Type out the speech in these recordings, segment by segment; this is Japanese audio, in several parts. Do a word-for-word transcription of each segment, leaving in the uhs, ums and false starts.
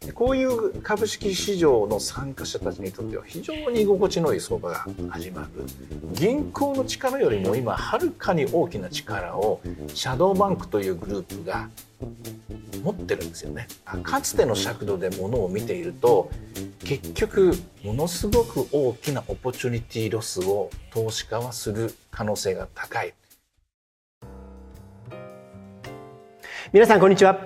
こういう株式市場の参加者たちにとっては非常に居心地のいい相場が始まる。銀行の力よりも今はるかに大きな力をシャドーバンクというグループが持ってるんですよね。かつての尺度でものを見ていると結局ものすごく大きなオポチュニティロスを投資家はする可能性が高い。 皆さんこんにちは。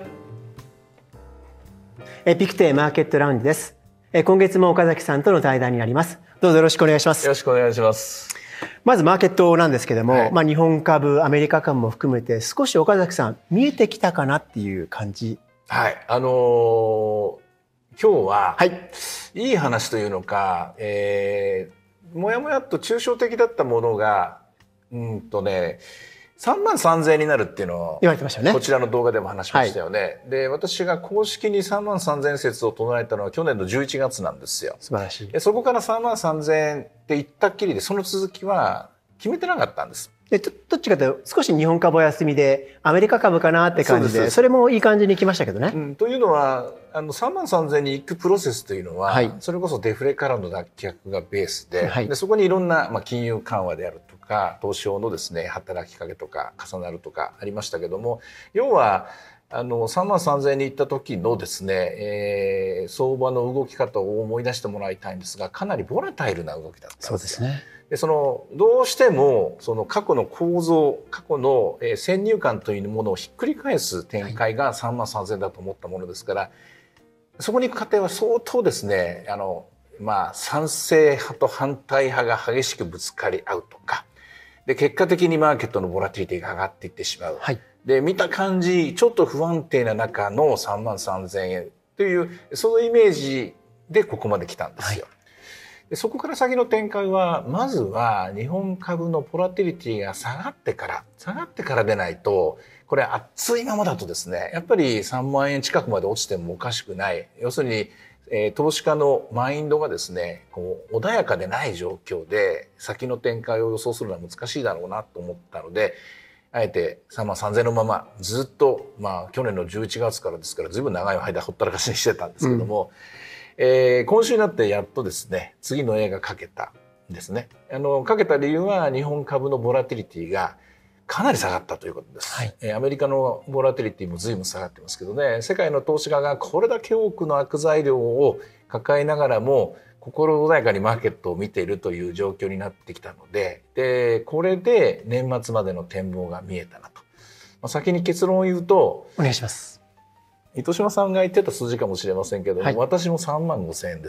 ピクテーマーケットラウンジです。今月も岡崎さんとの対談になります。どうぞよろしくお願いします。 よろしくお願いします。 まずマーケットなんですけども、 はい、 まあ日本株、アメリカ株も含めて少し岡崎さん見えてきたかなっていう感じ。 はい、あのー、今日は、 はい、 いい話というのか、えー、もやもやっと抽象的だったものが、うんとね、さんまんさんぜんえんになるっていうのを言われてましたよね。 こちらの動画でも話しましたよね。はい、で、私が公式にさんまんさんぜんえん説を唱えたのは去年のじゅういちがつなんですよ。 素晴らしい。 でそこからさんまんさんぜんえんって言ったっきりで、その続きは決めてなかったんです。 でどっちかというと少し日本株お休みでアメリカ株かなって感じ で, で そ, それもいい感じに来ましたけどね。 うん、というのはあのさんまんさんぜんえんに行くプロセスというのは、はい、それこそデフレからの脱却がベース で,、はい、でそこにいろんな、まあ、金融緩和であるとか投資法のですね働きかけとか重なるとかありましたけども、要はあのさんまんさんぜんえんに行った時のですね、えー、相場の動き方を思い出してもらいたいんですが、かなりボラタイルな動きだったんです。 そうですね。 でそのどうしてもその過去の構造、過去の先入観というものをひっくり返す展開がさんまんさんぜんえんだと思ったものですから、そこに行く過程は相当ですね、あのまあ賛成派と反対派が激しくぶつかり合うとかで、結果的にマーケットのボラティリティが上がっていってしまう、はい、で見た感じちょっと不安定な中のさんまんさんぜんえんというそのイメージでここまで来たんですよ。はい、でそこから先の展開は、まずは日本株のボラティリティが下がってから下がってからでないと、これ熱いままだとですね、やっぱりさんまんえん近くまで落ちてもおかしくない。要するに、えー、投資家のマインドがですね、こう穏やかでない状況で先の展開を予想するのは難しいだろうなと思ったので、あえてさんまんさんぜんえんのままずっと、まあ去年のじゅういちがつからですから、ずいぶん長い間ほったらかしにしてたんですけども、うん、えー、今週になってやっとですね、次の映画かけたんですね。あの、かけた理由は日本株のボラティリティがかなり下がったということです。はい、えー、アメリカのボラティリティも随分下がってますけどね、世界の投資家がこれだけ多くの悪材料を抱えながらも心穏やかにマーケットを見ているという状況になってきたので、で、これで年末までの展望が見えたなと。まあ、先に結論を言うと、 お願いします。 糸島さんが言ってた数字かもしれませんけども、はい、私もさんまんごせんえんです。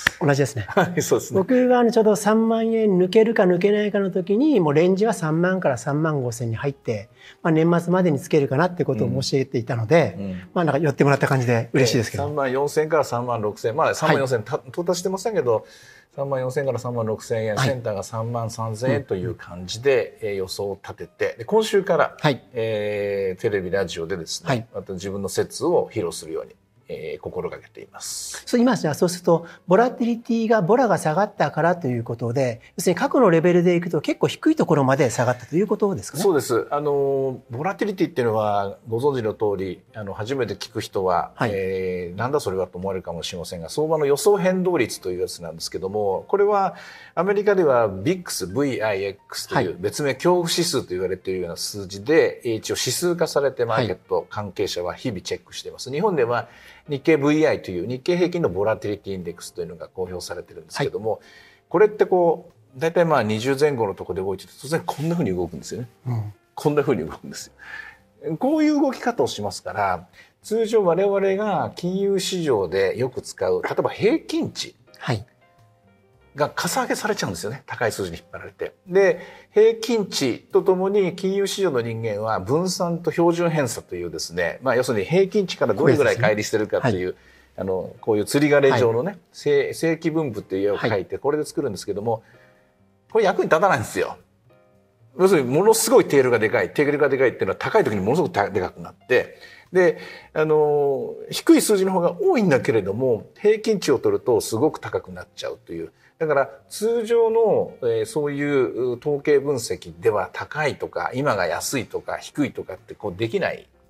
同じですね。 はい、そうですね。 僕はちょうどさんまんえん抜けるか抜けないかの時に、もうレンジはさんまんからさんまんごせんに入って、まあ、年末までにつけるかなってことを申し上げていたので、うんうん、まあなんか寄ってもらった感じで嬉しいですけど。 さんまんよんせんえんからさんまんろくせんえん、まあさんまんよんせんえん、はい、到達してませんけど、さんまんよんせんえんからさんまんろくせんえん、はい、センターがさんまんさんぜんえんという感じで、うん、予想を立てて、で今週から、はい、えー、テレビラジオでですね、はい、また自分の説を披露するようにえー、心がけています。 そう今じゃあそうするとボラティリティがボラが下がったからということで、要するに過去のレベルでいくと結構低いところまで下がったということですかね。 そうです。あのボラティリティっていうのはご存知の通り、あの初めて聞く人は、はい、えー、なんだそれはと思われるかもしれませんが、相場の予想変動率というやつなんですけども、これはアメリカでは ブイアイエックス ブイアイエックス という別名恐怖指数と言われているような数字で、一応指数化されてマーケット関係者は日々チェックしています。日本では日経 ブイアイ という日経平均のボラティリティインデックスというのが公表されてるんですけども、はい、これってこう大体まあにじゅうぜん後のところで動いてて、突然こんな風に動くんですよね、うん、こんな風に動くんですよ。こういう動き方をしますから、通常我々が金融市場でよく使う例えば平均値がかさ上げされちゃうんですよね、高い数字に引っ張られて。で平均値とともに金融市場の人間は分散と標準偏差というですね、まあ、要するに平均値からどれぐらい乖離してるかという、はい、あのこういう釣り鐘状のね、はい、正規分布っていう絵を描いてこれで作るんですけども、これ役に立たないんですよ。要するにものすごいテールがでかい、テールがでかいっていうのは高い時にものすごくでかくなって、で、あの、低い数字の方が多いんだけれども、平均値を取るとすごく高くなっちゃうという。だから通常の、えー、そういう統計分析では高いとか、今が安いとか低いとかってこうできない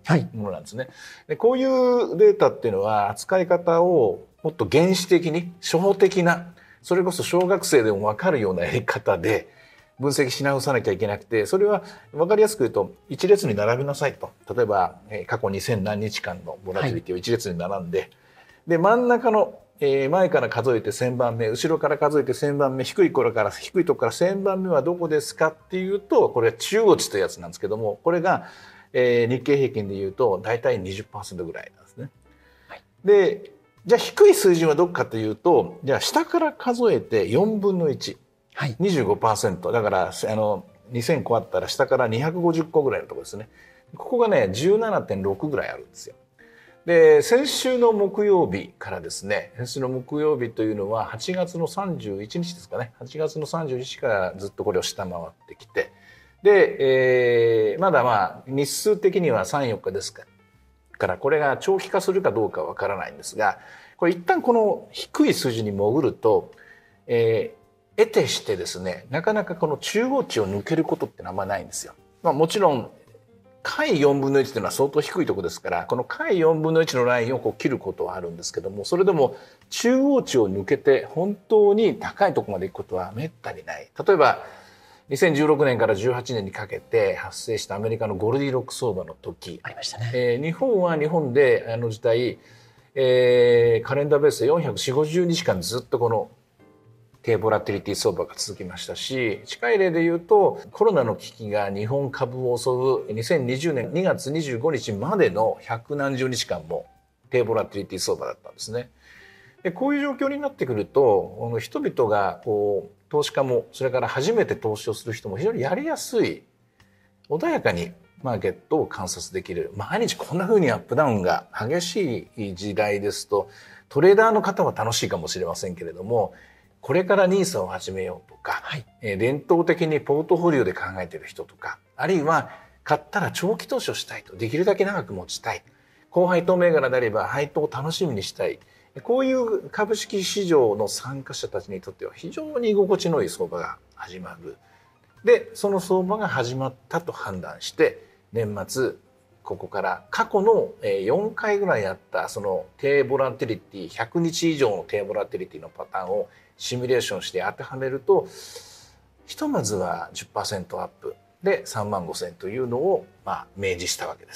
ものなんですね。でこういうデータっていうのは扱い方をもっと原始的に初歩的な、それこそ小学生でも分かるようなやり方で分析し直さなきゃいけなくて、それは分かりやすく言うと一列に並べなさいと。例えば過去にせん何日間のボラティリティを一列に並んで、はい、で真ん中の前から数えてせんばんめ、後ろから数えてせんばんめ、低い頃から低いとこからせんばんめはどこですかっていうと、これは中央値というやつなんですけども、これが日経平均でいうと大体 にじゅっパーセント ぐらいなんですね。はい、でじゃあ低い数字はどこかというと、じゃあ下から数えてよんぶんのいち、はい、にじゅうごパーセント だからあのにせんこあったら下からにひゃくごじゅっこぐらいのところですね。ここがね じゅうななてんろく ぐらいあるんですよ。で先週の木曜日からですね、先週の木曜日というのははちがつのさんじゅういちにちですかね、はちがつのさんじゅういちにちからずっとこれを下回ってきて、で、えー、まだまあ日数的にはさん、よっかですからこれが長期化するかどうかわからないんですが、これ一旦この低い数字に潜ると、えー、得てしてですね、なかなかこの中央値を抜けることってあんまないんですよ。まあ、もちろん解よんぶんのいちというのは相当低いところですから、この解よんぶんのいちのラインをこう切ることはあるんですけども、それでも中央値を抜けて本当に高いところまで行くことはめったにない。例えばにせんじゅうろくねんからじゅうはちねんにかけて発生したアメリカのゴルディロック相場の時、ありましたね。えー、日本は日本であの時代、えー、カレンダーベースでよんひゃくよんじゅう、ごじゅうにちかんずっとこの低ボラティリティ相場が続きましたし、近い例で言うとコロナの危機が日本株を襲うにせんにじゅうねんにがつにじゅうごにちまでの百何十日間も低ボラティリティ相場だったんですね。でこういう状況になってくると、人々がこう投資家もそれから初めて投資をする人も非常にやりやすい、穏やかにマーケットを観察できる、毎日こんな風にアップダウンが激しい時代ですと、トレーダーの方は楽しいかもしれませんけれども、これからニーサを始めようとか、はい、伝統的にポートフォリオで考えている人とか、あるいは買ったら長期投資をしたいと、できるだけ長く持ちたい、高配当銘柄であれば配当を楽しみにしたい、こういう株式市場の参加者たちにとっては非常に居心地のいい相場が始まる。でその相場が始まったと判断して、年末ここから過去のよんかいぐらいあったその低ボラティリティ、ひゃくにち以上の低ボラティリティのパターンをシミュレーションして当てはめると、ひとまずは じゅっパーセント アップでさんまんごせんというのをまあ明示したわけです。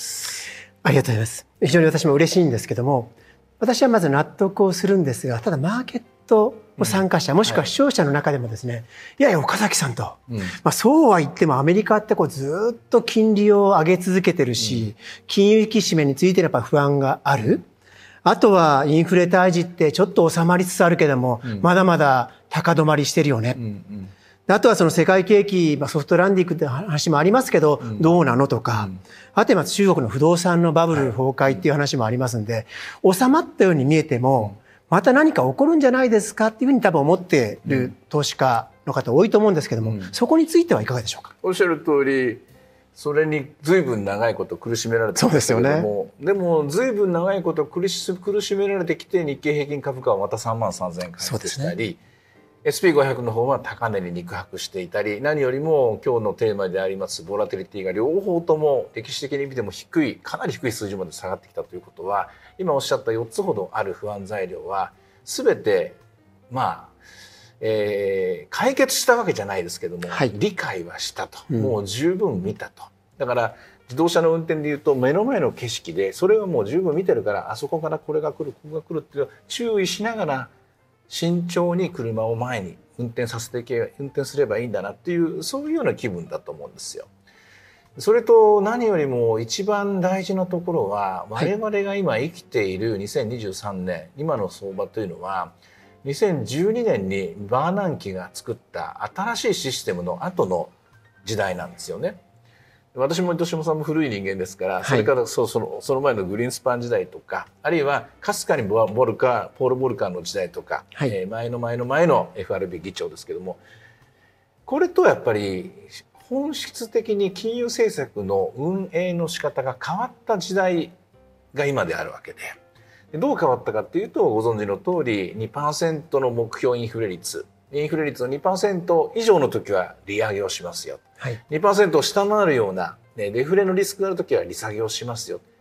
ありがとうございます。非常に私も嬉しいんですけども、私はまず納得をするんですが、ただマーケットの参加者、もしくは視聴者の中でもですね、はい、いやいや岡崎さんと、うん、まあ、そうは言ってもアメリカってこうずっと金利を上げ続けてるし、うん、金融引き締めについてやっぱ不安がある。あとはインフレ退治ってちょっと収まりつつあるけども、うん、まだまだ高止まりしてるよね。うんうん、あとはその世界景気、まあ、ソフトランディングって話もありますけど、うん、どうなのとか、うん、あとは中国の不動産のバブル崩壊っていう話もありますんで、はい、収まったように見えても、また何か起こるんじゃないですかっていうふうに多分思っている投資家の方多いと思うんですけども、うん、そこについてはいかがでしょうか。 おっしゃる通り、それに随分長いこと苦しめられてきたけれども、そうですよね、でも随分長いこと苦し苦しめられてきて、日経平均株価はまたさんまんさんぜんえん回復したり、エスピーごひゃく の方は高値に肉薄していたり、何よりも今日のテーマでありますボラティリティが両方とも歴史的に見ても低い、かなり低い数字まで下がってきたということは、今おっしゃったよっつほどある不安材料は全てまあ、えー、解決したわけじゃないですけども、はい、理解はしたと、もう十分見たと、うん、だから自動車の運転でいうと目の前の景色でそれはもう十分見てるから、あそこからこれが来るここが来るっていう注意しながら慎重に車を前に運転させていけ運転すればいいんだなっていう、そういうような気分だと思うんですよ。それと何よりも一番大事なところは、我々が今生きているにせんにじゅうさんねん、今の相場というのはにせんじゅうにねんにバーナンキが作った新しいシステムの後の時代なんですよね。私も糸島さんも古い人間ですから、それからその、その前のグリーンスパン時代とか、あるいはかすかにボルカポール・ボルカーの時代とか、はい、えー、前の前の前の エフアールビー 議長ですけども、これとやっぱり本質的に金融政策の運営の仕方が変わった時代が今であるわけで、どう変わったかっていうと、ご存知の通り にパーセント の目標インフレ率、インフレ率の にパーセント 以上の時は利上げをしますよ、はい、にパーセント を下回るような、ね、デフレのリスクがある時は利下げをしますよ、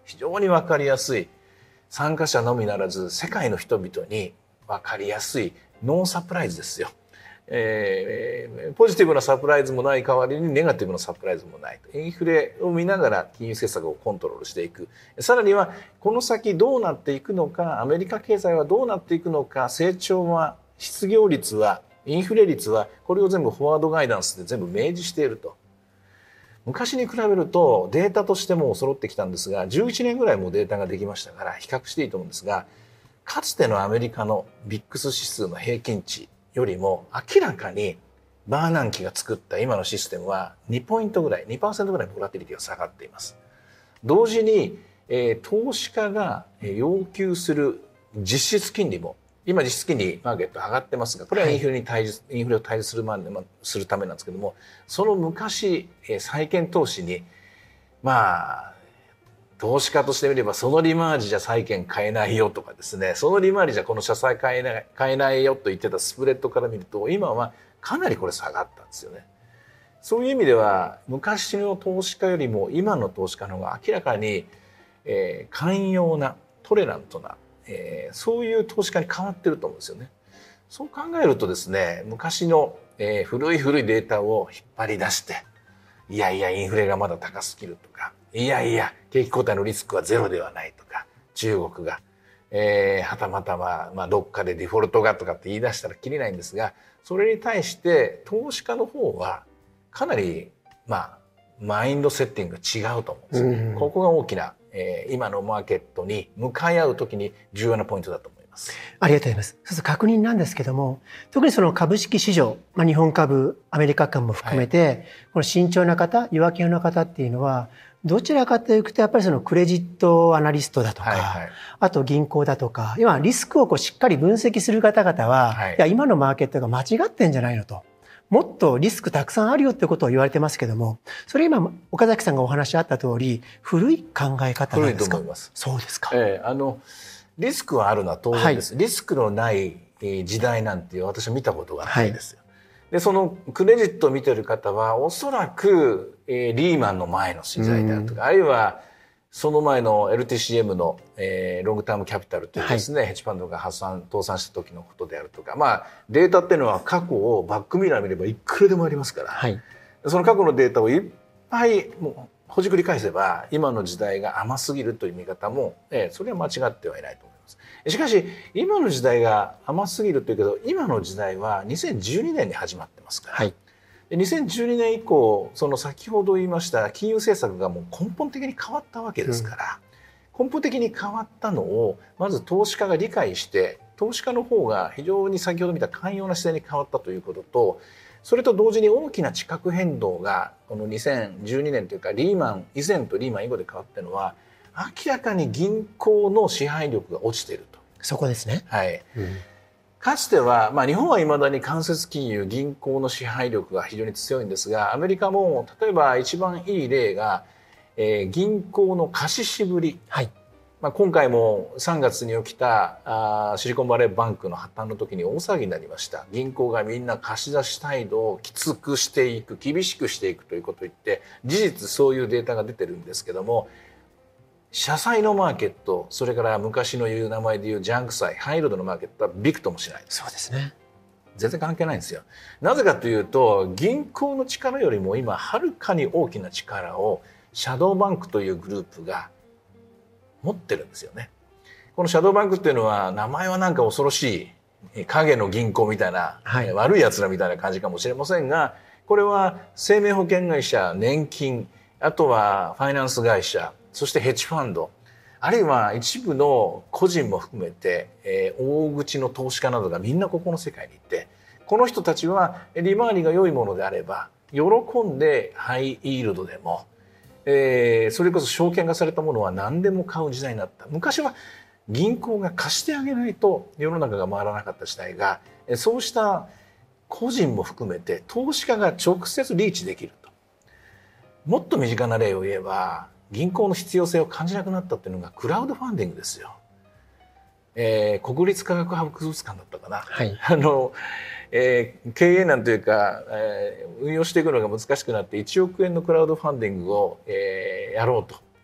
非常に分かりやすい、参加者のみならず世界の人々に分かりやすいノーサプライズですよ。えー、ポジティブなサプライズもない代わりにネガティブなサプライズもないと。インフレを見ながら金融政策をコントロールしていく。さらにはこの先どうなっていくのか、アメリカ経済はどうなっていくのか、成長は、失業率は、インフレ率は、これを全部フォワードガイダンスで全部明示していると。昔に比べるとデータとしても揃ってきたんですが、じゅういちねんぐらいもうデータができましたから比較していいと思うんですが、かつてのアメリカのビックス指数の平均値よりも明らかにバーナンキが作った今のシステムはにポイントぐらい、にパーセントぐらいボラティリティが下がっています。同時に、えー、投資家が要求する実質金利も、今実質金利マーケット上がってますが、これはインフレに対峙、インフレを対峙するまでするためなんですけども、その昔、えー、債券投資にまあ投資家としてみれば、その利回りじゃ債券買えないよとかですね、その利回りじゃこの社債買えない、買えないよと言ってたスプレッドから見ると、今はかなりこれ下がったんですよね。そういう意味では、昔の投資家よりも今の投資家の方が明らかに、えー、寛容な、トレラントな、えー、そういう投資家に変わってると思うんですよね。そう考えるとですね、昔の、えー、古い古いデータを引っ張り出して、いやいやインフレがまだ高すぎるとか、いやいや景気後退のリスクはゼロではないとか、中国が、えー、はたまたま、まあ、どっかでデフォルトがとかって言い出したらきりないんですが、それに対して投資家の方はかなりまあマインドセッティングが違うと思うんですよ、うん、ここが大きな、えー、今のマーケットに向かい合うときに重要なポイントだと思います。 ありがとうございます。そうすると確認なんですけども、特にその株式市場、まあ、日本株、アメリカ株も含めて、はい、この慎重な方、弱気の方っていうのは、どちらかというとやっぱりそのクレジットアナリストだとか、はいはい、あと銀行だとか、今リスクをこうしっかり分析する方々は、はい、いや今のマーケットが間違ってんじゃないのと。もっとリスクたくさんあるよってことを言われてますけども、それ今岡崎さんがお話あった通り、古い考え方なんですか？ 古いと思います。 そうですか。 えー、あのリスクはあるのは当然です、はい、リスクのない時代なんて私は見たことがないですよ、はい、でそのクレジットを見てる方はおそらく、えー、リーマンの前の時代であるとか、あるいはその前の エルティーシーエム の、えー、ロングタームキャピタルというですね、はい、ヘッジファンドが発産倒産した時のことであるとか、まあデータっていうのは過去をバックミラー見ればいくらでもありますから、はい、その過去のデータをいっぱいもうほじくり返せば今の時代が甘すぎるという見方も、えー、それは間違ってはいないと思います。しかし今の時代が甘すぎるというけど、今の時代はにせんじゅうにねんに始まってますから、はい、でにせんじゅうにねん以降、その先ほど言いました金融政策がもう根本的に変わったわけですから、うん、根本的に変わったのをまず投資家が理解して、投資家の方が非常に先ほど見た寛容な姿勢に変わったということと、それと同時に大きな地殻変動がこのにせんじゅうにねんというかリーマン以前とリーマン以後で変わったのは、明らかに銀行の支配力が落ちていると。 そこですね。 はい。うん、かつては、まあ、日本はいまだに間接金融、銀行の支配力が非常に強いんですが、アメリカも例えば一番いい例が、えー、銀行の貸し渋り。はい。まあ、今回もさんがつに起きたあシリコンバレーバンクの破綻の時に大騒ぎになりました。銀行がみんな貸し出し態度をきつくしていく、厳しくしていくということを言って、事実そういうデータが出てるんですけども、社債のマーケット、それから昔の言う名前で言うジャンク債、ハイロードのマーケットはびくともしない。 そうですね。 全然関係ないんですよ。なぜかというと、銀行の力よりも今はるかに大きな力をシャドーバンクというグループが持ってるんですよね。このシャドーバンクっていうのは名前はなんか恐ろしい影の銀行みたいな、はい、悪い奴らみたいな感じかもしれませんが、これは生命保険会社、年金、あとはファイナンス会社、そしてヘッジファンド、あるいは一部の個人も含めて、えー、大口の投資家などがみんなここの世界にいて、この人たちは利回りが良いものであれば喜んでハイイールドでも、えー、それこそ証券化されたものは何でも買う時代になった。昔は銀行が貸してあげないと世の中が回らなかった時代が、そうした個人も含めて投資家が直接リーチできると。もっと身近な例を言えば、銀行の必要性を感じなくなったっていうのがクラウドファンディングですよ。えー、国立科学博物館だったかな、はい、あの、えー、経営難というか、えー、運用していくのが難しくなっていちおくえんのクラウドファンディングを、えー、やろうと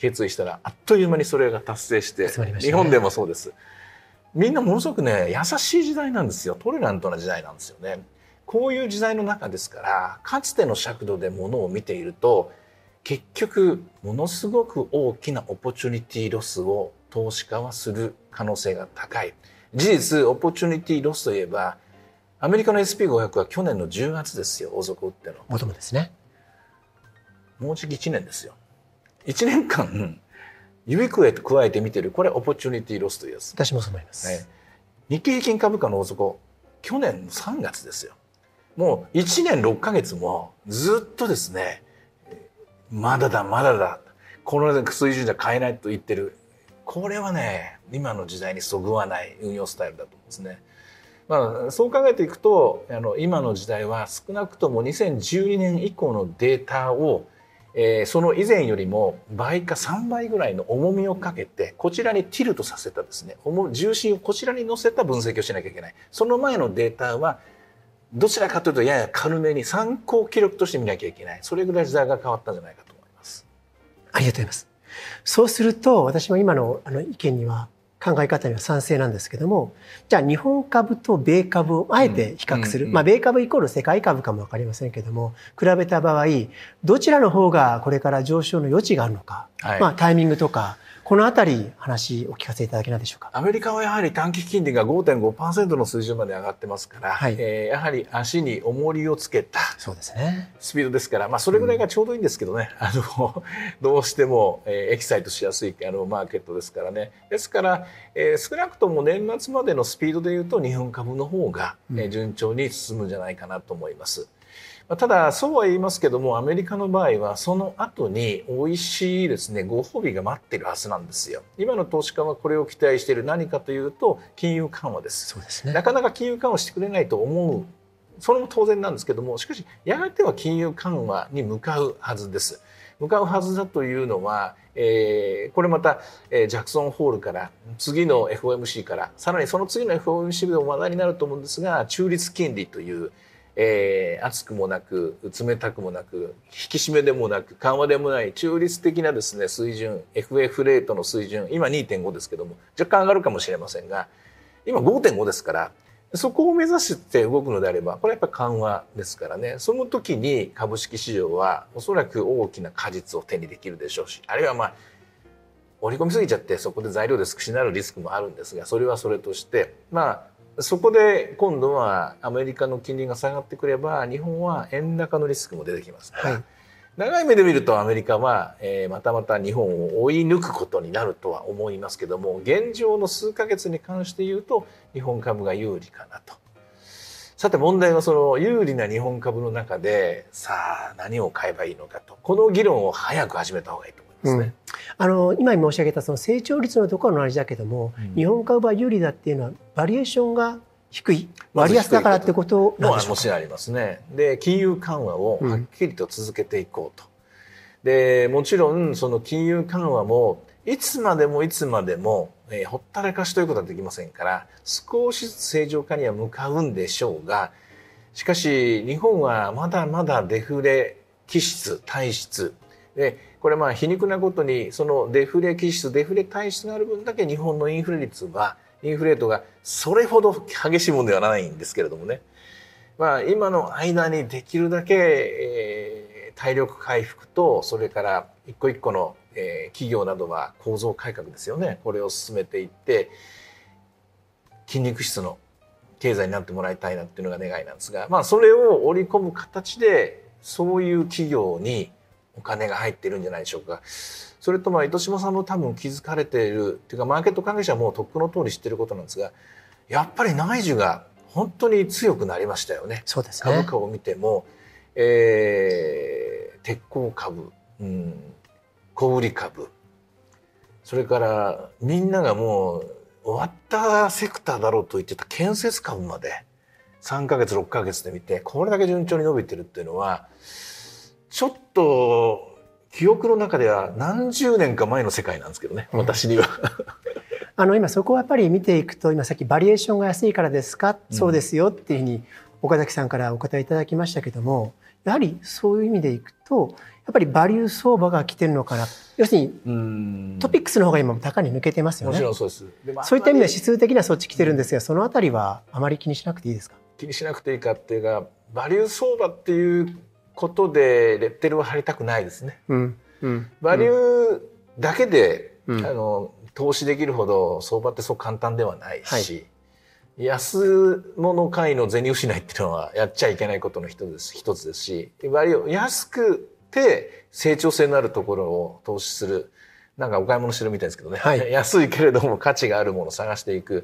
決意したらあっという間にそれが達成して、 ね、 日本でもそうです。みんなものすごくね優しい時代なんですよ。トレラントな時代なんですよね。こういう時代の中ですから、かつての尺度でものを見ていると結局ものすごく大きなオポチュニティロスを投資家はする可能性が高い。事実オポチュニティロスといえばアメリカの エスピーごひゃく は去年のじゅうがつですよ。大底打っての元々ですね。 もうじきいちねんですよ。いちねんかん指くえと加えて見てる、これオポチュニティロスというやつ。 私もそう思います、 ね、日経平均株価の大底去年のさんがつですよ。もういちねんろっかげつもずっとですね、まだだまだだこの水準じゃ買えないと言ってる。これはね今の時代にそぐわない運用スタイルだと思うんですね。まあ、そう考えていくとあの今の時代は少なくともにせんじゅうにねん以降のデータを、えー、その以前よりも倍かさんばいぐらいの重みをかけてこちらにティルトさせたですね、重心をこちらに乗せた分析をしなきゃいけない。その前のデータはどちらかというとやや軽めに参考記録として見なきゃいけない。それぐらい時代が変わったんじゃないかと思います。 ありがとうございます。そうすると私も今のあの意見には考え方には賛成なんですけども、じゃあ日本株と米株をあえて比較する、うんうんうん、まあ米株イコール世界株かも分かりませんけども、比べた場合どちらの方がこれから上昇の余地があるのか、はい、まあタイミングとかこのあたり話お聞かせいただけないでしょうか。 アメリカはやはり短期金利が ごてんごパーセント の水準まで上がってますから、はい、えー、やはり足に重りをつけたスピードですから、まあ、それぐらいがちょうどいいんですけどね、うん、あのどうしても、えー、エキサイトしやすいあのマーケットですからね。ですから、えー、少なくとも年末までのスピードでいうと日本株の方が、うん、えー、順調に進むんじゃないかなと思います。ただそうは言いますけども、アメリカの場合はその後に美味しいですねご褒美が待っているはずなんですよ。今の投資家はこれを期待している。何かというと金融緩和です。 そうですね。 なかなか金融緩和してくれないと思う、それも当然なんですけども、しかしやがては金融緩和に向かうはずです。向かうはずだというのは、えー、これまた、えー、ジャクソンホールから次の エフオーエムシー からさらにその次の エフオーエムシー でも話題になると思うんですが、中立金利というえー、熱くもなく冷たくもなく引き締めでもなく緩和でもない中立的なですね水準、 エフエフ レートの水準、今 にてんご ですけども若干上がるかもしれませんが今 ごてんご ですから、そこを目指して動くのであればこれはやっぱり緩和ですからね。その時に株式市場はおそらく大きな果実を手にできるでしょうし、あるいはまあ織り込みすぎちゃってそこで材料で少しなるリスクもあるんですが、それはそれとしてまあそこで今度はアメリカの金利が下がってくれば日本は円高のリスクも出てきますから、はい、長い目で見るとアメリカは、えー、またまた日本を追い抜くことになるとは思いますけども、現状の数ヶ月に関して言うと日本株が有利かなと。さて問題はその有利な日本株の中でさあ何を買えばいいのかと、この議論を早く始めた方がいいと思いますね。うんあの今申し上げたその成長率のところは同じだけども、うん、日本株は有利だっていうのはバリエーションが低い、割安だからってことなんでしょうか。 もちろんありますね。で金融緩和をはっきりと続けていこうと、うん、でもちろんその金融緩和もいつまでもいつまでも、えー、ほったらかしということはできませんから、少しずつ正常化には向かうんでしょうが、しかし日本はまだまだデフレ気質体質で、これまあ皮肉なことにそのデフレ気質デフレ体質がある分だけ日本のインフレ率はインフレートがそれほど激しいものではないんですけれどもね、まあ、今の間にできるだけ、えー、体力回復とそれから一個一個の、えー、企業などは構造改革ですよね、これを進めていって筋肉質の経済になってもらいたいなっていうのが願いなんですが、まあ、それを織り込む形でそういう企業にお金が入っているんじゃないでしょうか。それとまあ糸島さんも多分気づかれているっていうか、マーケット関係者もとっくの通り知っていることなんですが、やっぱり内需が本当に強くなりましたよね。 そうですね。 株価を見ても、えー、鉄鋼株、うん、小売株、それからみんながもう終わったセクターだろうと言ってた建設株までさんかげつろっかげつで見てこれだけ順調に伸びてるっていうのは、ちょっと記憶の中では何十年か前の世界なんですけどね、私には。 あの今そこをやっぱり見ていくと、今さっきバリエーションが安いからですか、うん、そうですよっていうふうに岡崎さんからお答えいただきましたけども、やはりそういう意味でいくとっぱりバリュー相場が来てるのかな。要するにうんトピックスの方が今高に抜けてますよね。 もちろんそうです。でもそういった意味では指数的にはそっち来てるんですが、そのあたりはあまり気にしなくていいですか？ 気にしなくていいかっていうか、バリュー相場っていうことでレッテルは貼りたくないですね。 うんうん、 バリューだけで、 うん、 あの投資できるほど相場ってそう簡単ではないし、はい、安物買いの銭失いっていうのはやっちゃいけないことの一つです、一つですし、バリュー安くて成長性のあるところを投資する、なんかお買い物してるみたいですけどね、はい、安いけれども価値があるものを探していく、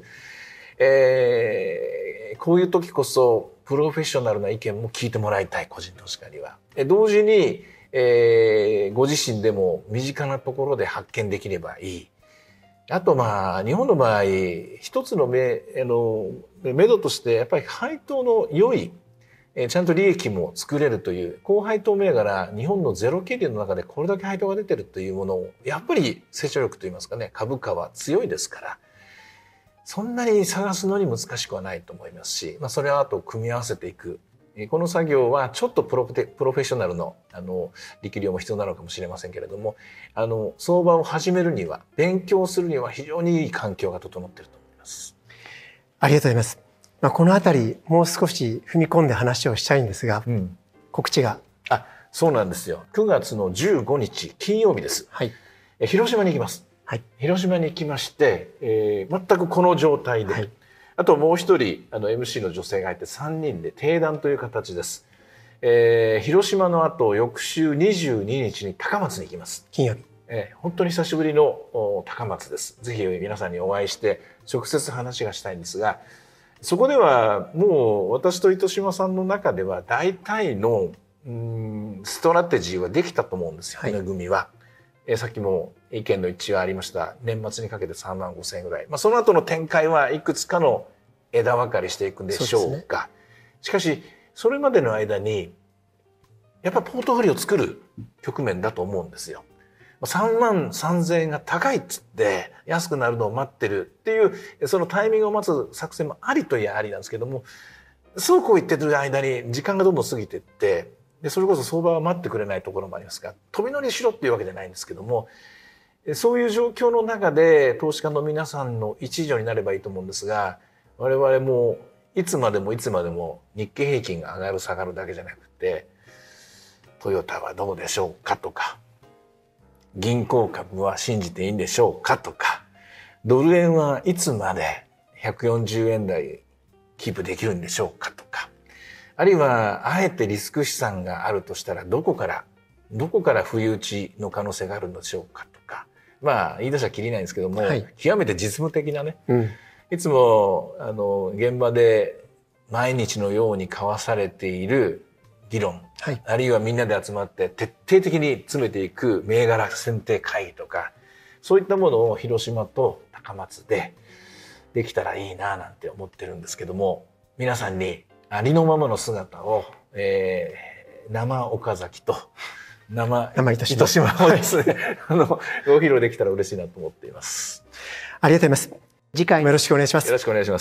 えー、こういう時こそプロフェッショナルな意見も聞いてもらいたい、個人投資家には。同時に、えー、ご自身でも身近なところで発見できればいい。あとまあ日本の場合一つの目あの目処としてやっぱり配当の良い、えー、ちゃんと利益も作れるという高配当銘柄、日本のゼロ金利の中でこれだけ配当が出てるというものをやっぱり成長力といいますかね、株価は強いですから、そんなに探すのに難しくはないと思いますし、まあ、それはあと組み合わせていく。この作業はちょっとプロテプロフェッショナルのあの力量も必要なのかもしれませんけれども、あの相場を始めるには、勉強するには非常にいい環境が整っていると思います。 ありがとうございます。まあ、このあたりもう少し踏み込んで話をしたいんですが、うん、告知が。 あ、そうなんですよ。くがつのじゅうごにち金曜日です。はい、え広島に行きます。はい、広島に行きまして、えー、全くこの状態で、はい、あともう一人あの エムシー の女性がいてさんにんで定談という形です。えー、広島の後翌週にじゅうににちに高松に行きます。 金曜日。 えー、本当に久しぶりの高松です。ぜひ皆さんにお会いして直接話がしたいんですが、そこではもう私と糸島さんの中では大体のうーんストラテジーはできたと思うんですよ、はい、骨組みは。えー、さっきも意見の一致がありました年末にかけてさんまんごせんえんぐらい、まあ、その後の展開はいくつかの枝分かれしていくんでしょうが、ね、しかしそれまでの間にやっぱりポートフォリオを作る局面だと思うんですよ。さんまんさんぜんえんが高いっつって安くなるのを待ってるっていうそのタイミングを待つ作戦もありといやありなんですけども、そうこう言ってる間に時間がどんどん過ぎていって、でそれこそ相場は待ってくれないところもありますが、飛び乗りしろっていうわけじゃないんですけども、そういう状況の中で投資家の皆さんの一助になればいいと思うんですが、我々もいつまでもいつまでも日経平均が上がる下がるだけじゃなくて、トヨタはどうでしょうかとか、銀行株は信じていいんでしょうかとか、ドル円はいつまでひゃくよんじゅうえん台キープできるんでしょうかとか、あるいはあえてリスク資産があるとしたらどこからどこから不意打ちの可能性があるのでしょうかとか、まあ言い出しはきりないんですけども、はい、極めて実務的なね、うん、いつもあの現場で毎日のように交わされている議論、はい、あるいはみんなで集まって徹底的に詰めていく銘柄選定会議とか、そういったものを広島と高松でできたらいいななんて思ってるんですけども、皆さんにありのままの姿を、えー、生岡崎と生糸島をですねあのご披露できたら嬉しいなと思っています。 ありがとうございます。次回もよろしくお願いします。 よろしくお願いします。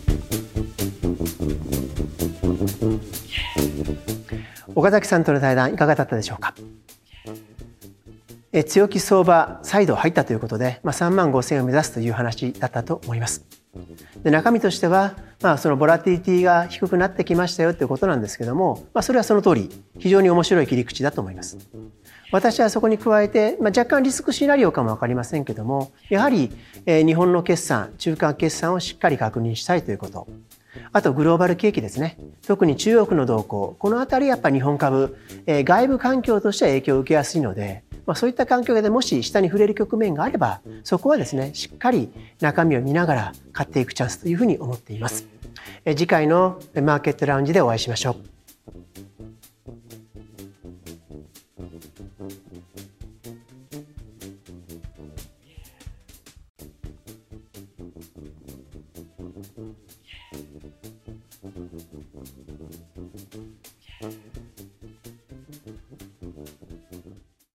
岡崎さんとの対談いかがだったでしょうか。え強気相場再度入ったということで、まあ、さんまんごせんえんを目指すという話だったと思います。で中身としては、まあ、そのボラティリティが低くなってきましたよということなんですけども、まあ、それはその通り非常に面白い切り口だと思います。私はそこに加えて、まあ、若干リスクシナリオかも分かりませんけども、やはり、えー、日本の決算中間決算をしっかり確認したいということ、あとグローバル景気ですね。特に中国の動向、このあたりやっぱり日本株、えー、外部環境としては影響を受けやすいので、まあ、そういった環境でもし下に触れる局面があれば、そこはですね、しっかり中身を見ながら買っていくチャンスというふうに思っています。えー、次回のマーケットラウンジでお会いしましょう。Thank you.